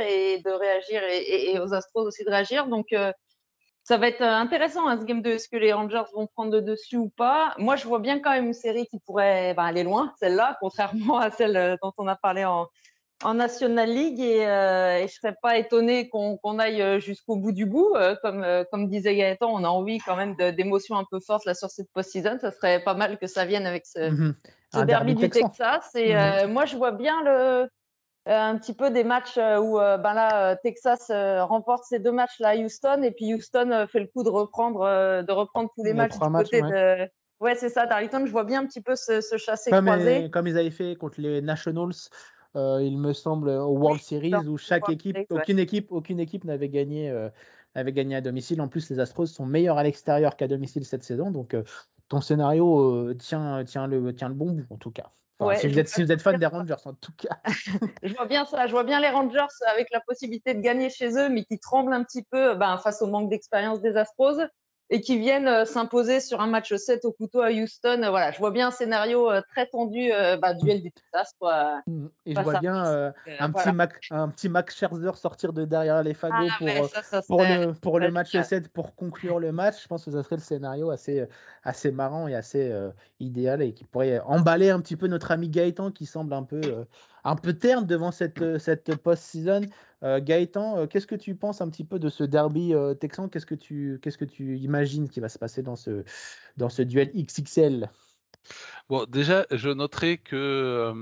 S3: et aux Astros aussi de réagir. Donc, ça va être intéressant, hein, ce Game 2. Est-ce que les Rangers vont prendre le dessus ou pas? Moi, je vois bien quand même une série qui pourrait aller loin, celle-là, contrairement à celle dont on a parlé en National League et je serais pas étonnée qu'on aille jusqu'au bout du bout. Comme disait Gaëtan, on a envie quand même d'émotions un peu fortes là sur cette post-season. Ça serait pas mal que ça vienne avec ce
S2: Un
S3: derby
S2: derby
S3: du
S2: texan.
S3: Texas. Et moi, je vois bien un petit peu des matchs où Texas remporte ces deux matchs là à Houston et puis Houston fait le coup de reprendre tous les
S2: Les
S3: matchs
S2: 3
S3: du
S2: matchs,
S3: côté
S2: ouais.
S3: de. Ouais, c'est ça, d'Arlington. Je vois bien un petit peu se chasser-croiser.
S2: Comme ils avaient fait contre les Nationals, il me semble, au
S3: Oui,
S2: World Series, où chaque
S3: World
S2: équipe,
S3: Series, ouais.
S2: aucune équipe n'avait gagné à domicile. En plus, les Astros sont meilleurs à l'extérieur qu'à domicile cette saison. Donc, ton scénario tient le bon bout, en tout cas. Enfin,
S3: Ouais,
S2: si vous êtes fan des Rangers, en tout cas.
S3: je vois bien ça. Je vois bien les Rangers avec la possibilité de gagner chez eux, mais qui tremblent un petit peu face au manque d'expérience des Astros et qui viennent s'imposer sur un match 7 au couteau à Houston. Voilà, je vois bien un scénario très tendu, duel du Texas, quoi,
S2: Et je
S3: face
S2: vois
S3: à
S2: bien
S3: face. Voilà.
S2: un petit Max Scherzer sortir de derrière les
S3: Ah
S2: fagots
S3: ouais, ça serait
S2: pour le match
S3: génial.
S2: 7 pour conclure le match. Je pense que ça serait le scénario assez marrant et assez idéal et qui pourrait emballer un petit peu notre ami Gaëtan qui semble un peu terne devant cette post-season. Gaëtan, qu'est-ce que tu penses un petit peu de ce derby texan? Qu'est-ce que tu imagines qui va se passer dans ce duel XXL?
S4: Bon, déjà, je noterai que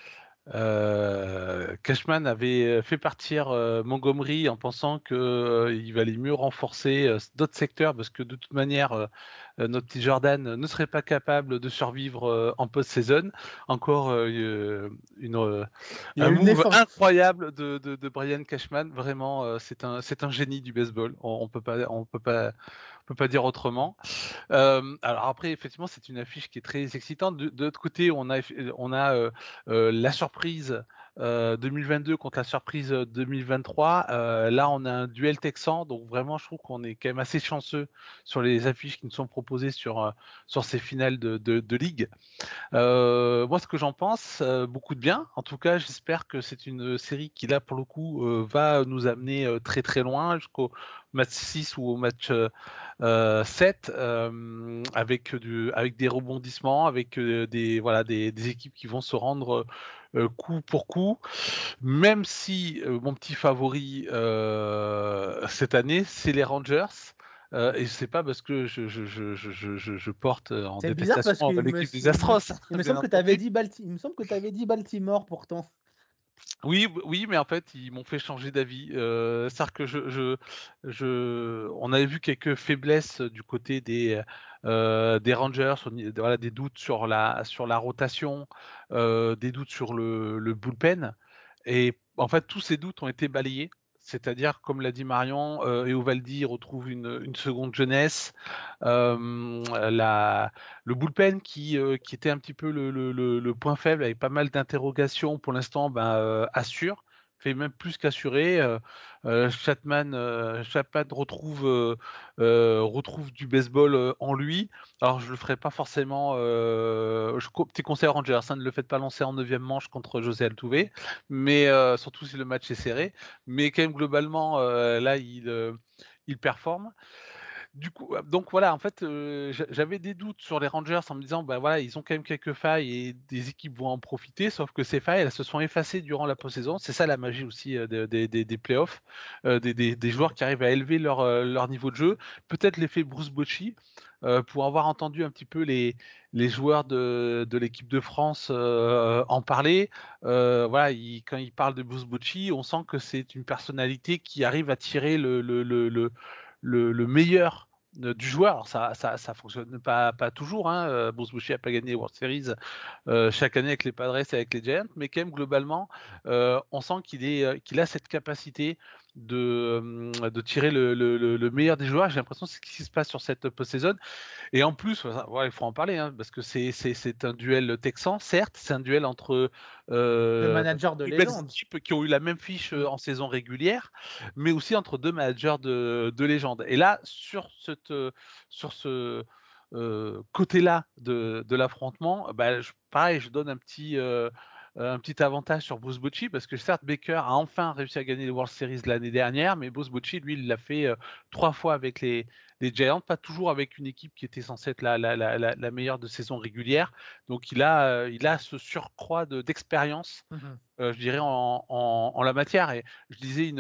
S4: Cashman avait fait partir Montgomery en pensant qu'il valait mieux renforcer d'autres secteurs parce que de toute manière, notre petit Jordan ne serait pas capable de survivre en post-saison. Encore
S2: Il a
S4: un
S2: eu le nez
S4: move
S2: fin.
S4: incroyable de Brian Cashman. Vraiment, c'est un génie du baseball. On peut pas dire autrement. Alors après, effectivement, c'est une affiche qui est très excitante. De l'autre côté, on a la surprise 2022 contre la surprise 2023. Là, on a un duel texan, donc vraiment, je trouve qu'on est quand même assez chanceux sur les affiches qui nous sont proposées sur ces finales de ligue. Moi, ce que j'en pense, beaucoup de bien. En tout cas, j'espère que c'est une série qui, là, pour le coup, va nous amener très très loin jusqu'au match 6 ou au match 7, avec des rebondissements, avec des équipes qui vont se rendre coup pour coup. Même si mon petit favori cette année, c'est les Rangers. Et c'est pas parce que je porte en
S2: C'est bizarre parce
S4: détestation
S2: qu'il me,
S4: l'équipe des Astros,
S2: il me
S4: bien
S2: semble que tu avais
S4: entendu.
S2: dit il me semble que tu avais dit Baltimore pourtant.
S4: Oui, oui, mais en fait, ils m'ont fait changer d'avis. C'est-à-dire que on avait vu quelques faiblesses du côté des Rangers, voilà, des doutes sur la rotation, des doutes sur le bullpen. Et en fait, tous ces doutes ont été balayés. C'est-à-dire, comme l'a dit Marion, Eovaldi retrouve une seconde jeunesse. Le bullpen qui était un petit peu le point faible, avec pas mal d'interrogations pour l'instant, assure, fait même plus qu'assurer. Chapman retrouve du baseball en lui. Alors je le ferai pas forcément. Petit conseil aux Rangers, ne le faites pas lancer en 9e manche contre José Altuve, mais surtout si le match est serré. Mais quand même globalement, là il performe. Du coup, donc voilà, en fait, j'avais des doutes sur les Rangers en me disant, bah voilà, ils ont quand même quelques failles et des équipes vont en profiter, sauf que ces failles, elles se sont effacées durant la post-saison. C'est ça la magie aussi des playoffs, des joueurs qui arrivent à élever leur niveau de jeu. Peut-être l'effet Bruce Bocci, pour avoir entendu un petit peu les joueurs de l'équipe de France en parler. Voilà, quand ils parlent de Bruce Bocci, on sent que c'est une personnalité qui arrive à tirer le meilleur du joueur. Alors ça fonctionne pas toujours. Bruce Bochy n'a pas gagné World Series chaque année avec les Padres et avec les Giants, mais quand même globalement, on sent qu'il a cette capacité de tirer le meilleur des joueurs. J'ai l'impression que c'est ce qui se passe sur cette post-saison. Et en plus, ouais, il faut en parler, parce que c'est un duel texan, certes, c'est un duel entre
S2: Le manager de
S4: deux belles
S2: légende.
S4: équipes qui ont eu la même fiche en saison régulière, mais aussi entre deux managers de légende. Et là, sur ce côté-là de l'affrontement, pareil, je donne un petit avantage sur Bruce Bochy, parce que certes, Baker a enfin réussi à gagner les World Series l'année dernière, mais Bruce Bochy, lui, il l'a fait 3 fois avec les Giants, pas toujours avec une équipe qui était censée être la meilleure de saison régulière. Donc il a ce surcroît d'expérience, je dirais, en la matière. Et je disais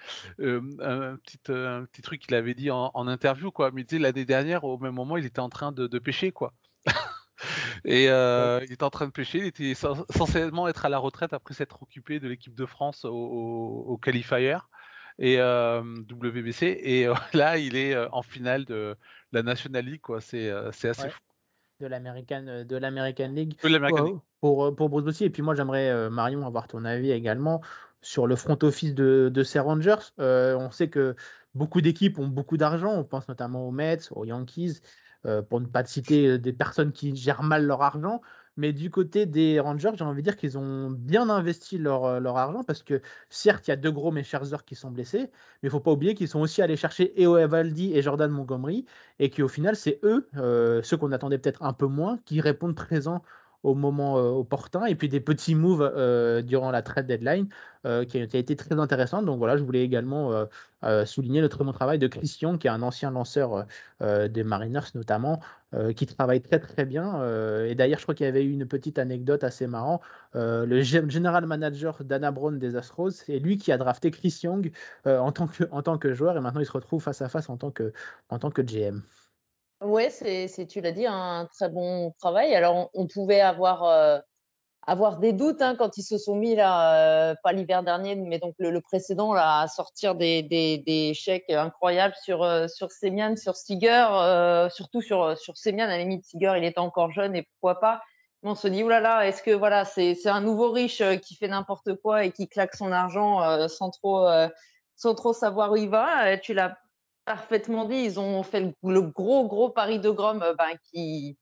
S4: un petit truc qu'il avait dit en interview, quoi. Mais tu sais, l'année dernière, au même moment, il était en train de pêcher, quoi. Et
S2: Ouais.
S4: il était en train de pêcher, il était censément être à la retraite après s'être occupé de l'équipe de France au qualifier et WBC. Et là, il est en finale de la National League, quoi. C'est assez
S2: Ouais.
S4: fou.
S2: De l'American League
S4: De l'American League.
S2: pour Bruce Bochy. Et puis moi, j'aimerais, Marion, avoir ton avis également sur le front office de ces Rangers. On sait que beaucoup d'équipes ont beaucoup d'argent. On pense notamment aux Mets, aux Yankees, pour ne pas citer des personnes qui gèrent mal leur argent. Mais du côté des Rangers, j'ai envie de dire qu'ils ont bien investi leur argent parce que certes, il y a deux gros Scherzer qui sont blessés, mais il ne faut pas oublier qu'ils sont aussi allés chercher Eo Evaldi et Jordan Montgomery et qu'au final, c'est eux, ceux qu'on attendait peut-être un peu moins, qui répondent présents au moment opportun. Et puis des petits moves durant la trade deadline qui a été très intéressante. Donc voilà, je voulais également souligner le très bon travail de Christian, qui est un ancien lanceur des Mariners notamment, qui travaille très très bien. Et d'ailleurs, je crois qu'il y avait eu une petite anecdote assez marrante. Le general manager d'Anna Brown des Astros, c'est lui qui a drafté Chris Young en tant que joueur, et maintenant il se retrouve face à face en tant que GM.
S3: Ouais, tu l'as dit, un très bon travail. Alors, on pouvait avoir des doutes quand ils se sont mis là, pas l'hiver dernier, mais donc le précédent, là, à sortir des chèques incroyables sur Semien, sur Seager, surtout sur Semien. À la limite, Seager, il était encore jeune et pourquoi pas. Mais on se dit, oulala, est-ce que voilà, c'est un nouveau riche qui fait n'importe quoi et qui claque son argent sans trop savoir où il va. Tu l'as parfaitement dit, ils ont fait le gros pari de Grom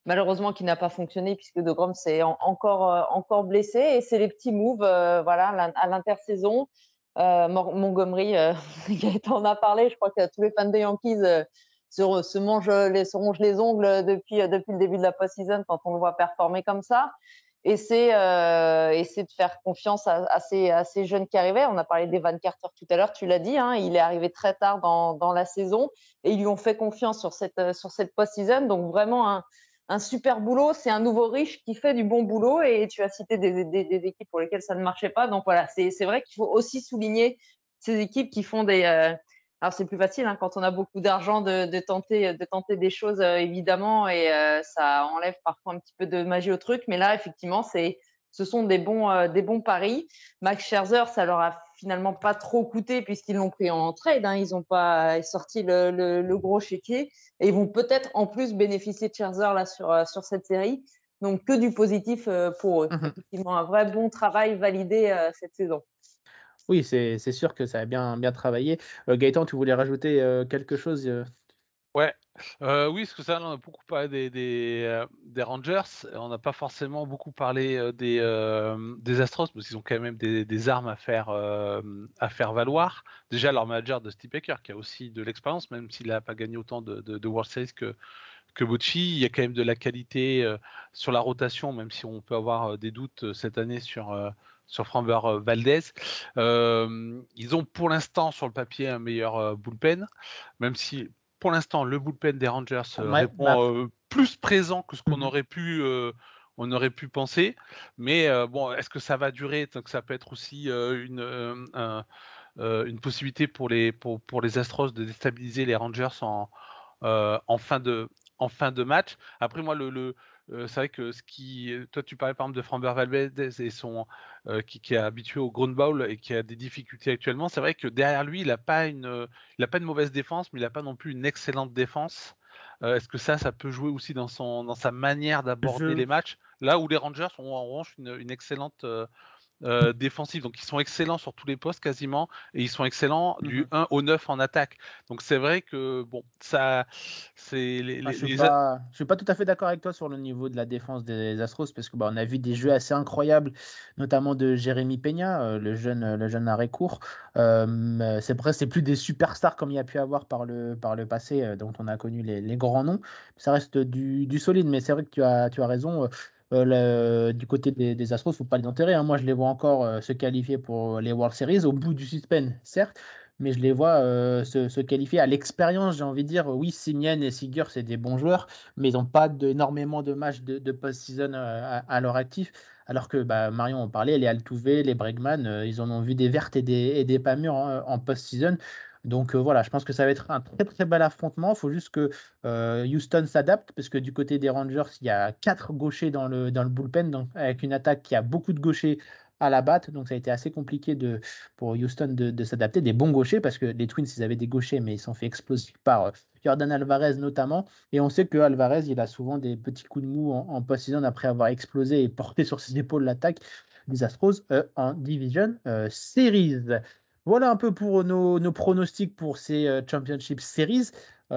S3: malheureusement qui n'a pas fonctionné puisque DeGrom s'est encore blessé. Et c'est les petits moves voilà, à l'intersaison. Montgomery, Gaëtan en a parlé, je crois que tous les fans des Yankees se rongent les ongles depuis le début de la post-season quand on le voit performer comme ça. Et c'est de faire confiance à ces jeunes qui arrivaient. On a parlé d'Evan Carter tout à l'heure, tu l'as dit, hein, il est arrivé très tard dans la saison et ils lui ont fait confiance sur cette post-season. Donc vraiment un super boulot. C'est un nouveau riche qui fait du bon boulot et tu as cité des équipes pour lesquelles ça ne marchait pas. Donc voilà, c'est vrai qu'il faut aussi souligner ces équipes qui font alors c'est plus facile hein, quand on a beaucoup d'argent de tenter des choses évidemment et ça enlève parfois un petit peu de magie au truc. Mais là effectivement ce sont des bons paris. Max Scherzer, ça leur a finalement pas trop coûté puisqu'ils l'ont pris en trade. Hein. Ils n'ont pas sorti le gros chéquier et ils vont peut-être en plus bénéficier de Scherzer là sur cette série. Donc que du positif pour eux. Effectivement, un vrai bon travail validé cette saison.
S2: Oui, c'est sûr que ça a bien travaillé. Gaëtan, tu voulais rajouter quelque chose
S4: Ouais, oui, parce que ça, on a beaucoup parlé des Rangers. On n'a pas forcément beaucoup parlé des Astros, parce qu'ils ont quand même des armes à faire valoir. Déjà, leur manager de Steve Baker, qui a aussi de l'expérience, même s'il n'a pas gagné autant de World Series que Bochy. Il y a quand même de la qualité sur la rotation, même si on peut avoir des doutes cette année sur Framber Valdez. Ils ont pour l'instant sur le papier un meilleur bullpen, même si pour l'instant le bullpen des Rangers répond plus présent que ce qu'on aurait pu penser. Mais bon, est-ce que ça va durer? Donc ça peut être aussi une possibilité pour les Astros de déstabiliser les Rangers en fin de match. Après moi c'est vrai que toi tu parlais par exemple de Framber Valdez et qui est habitué au ground ball et qui a des difficultés actuellement. C'est vrai que derrière lui il n'a pas une mauvaise défense, mais il n'a pas non plus une excellente défense. Est-ce que ça peut jouer aussi dans sa manière d'aborder les matchs, là où les Rangers ont en revanche une excellente défensive, donc ils sont excellents sur tous les postes quasiment et ils sont excellents du 1 au 9 en attaque. Donc c'est vrai que bon, ça c'est
S2: je suis pas tout à fait d'accord avec toi sur le niveau de la défense des Astros parce que on a vu des jeux assez incroyables, notamment de Jérémy Peña, le jeune arrêt court. C'est vrai, c'est plus des superstars comme il y a pu avoir par le passé, dont on a connu les grands noms. Ça reste du solide, mais c'est vrai que tu as raison. Du côté des Astros, il ne faut pas les enterrer. Hein. Moi, je les vois encore se qualifier pour les World Series, au bout du suspense, certes, mais je les vois se qualifier à l'expérience, j'ai envie de dire. Oui, Semien et Seager, c'est des bons joueurs, mais ils n'ont pas énormément de matchs de post-season à leur actif. Alors que Marion en parlait, les Altuve, les Bregman, ils en ont vu des vertes et des pas mûres en post-season. Donc voilà, je pense que ça va être un très très bel affrontement. Il faut juste que Houston s'adapte parce que du côté des Rangers, il y a 4 gauchers dans le bullpen, donc avec une attaque qui a beaucoup de gauchers à la batte. Donc ça a été assez compliqué pour Houston de s'adapter. Des bons gauchers parce que les Twins, ils avaient des gauchers, mais ils sont fait exploser par Jordan Alvarez notamment. Et on sait que Alvarez, il a souvent des petits coups de mou en post-season après avoir explosé et porté sur ses épaules l'attaque des Astros en Division Series. Voilà un peu pour nos pronostics pour ces Championship Series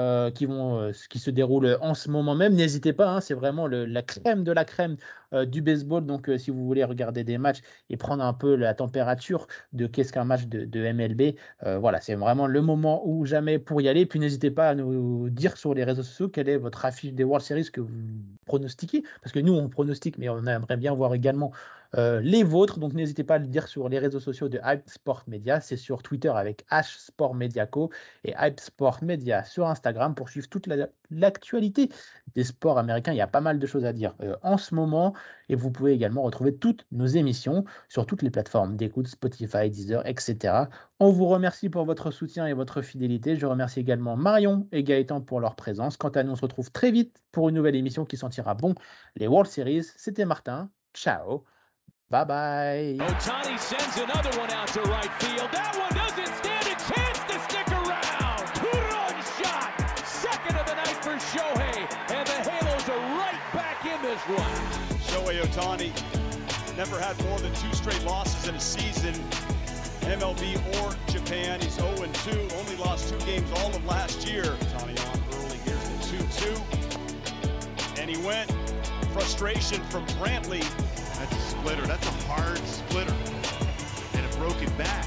S2: qui se déroulent en ce moment même. N'hésitez pas, hein, c'est vraiment la crème de la crème du baseball. Donc, si vous voulez regarder des matchs et prendre un peu la température de qu'est-ce qu'un match de MLB, voilà, c'est vraiment le moment ou jamais pour y aller. Puis, n'hésitez pas à nous dire sur les réseaux sociaux quelle est votre affiche des World Series que vous pronostiquez. Parce que nous, on pronostique, mais on aimerait bien voir également les vôtres. Donc, n'hésitez pas à le dire sur les réseaux sociaux de Hype Sport Media. C'est sur Twitter avec @SportMediaco et Hype Sport Media sur Instagram pour suivre toute l'actualité des sports américains. Il y a pas mal de choses à dire en ce moment. Et vous pouvez également retrouver toutes nos émissions sur toutes les plateformes d'écoute, Spotify, Deezer, etc. On vous remercie pour votre soutien et votre fidélité. Je remercie également Marion et Gaëtan pour leur présence. Quant à nous, on se retrouve très vite pour une nouvelle émission qui sentira bon les World Series. C'était Martin. Ciao. Bye bye.
S1: Ohtani sends another one out to right field. That one doesn't stand a chance to stick around. Two-run shot. Second of the night for Shohei. And the Halos are right back in this one.
S5: Shohei Ohtani never had more than 2 straight losses in a season. MLB or Japan. He's 0-2. Only lost 2 games all of last year. Ohtani on early. Here's the 2-2. And And he went. Frustration from Brantley.
S6: That's a splitter. That's a hard splitter. And it broke it back.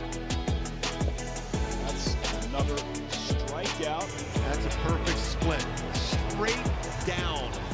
S5: That's another strikeout.
S6: That's a perfect split. Straight down.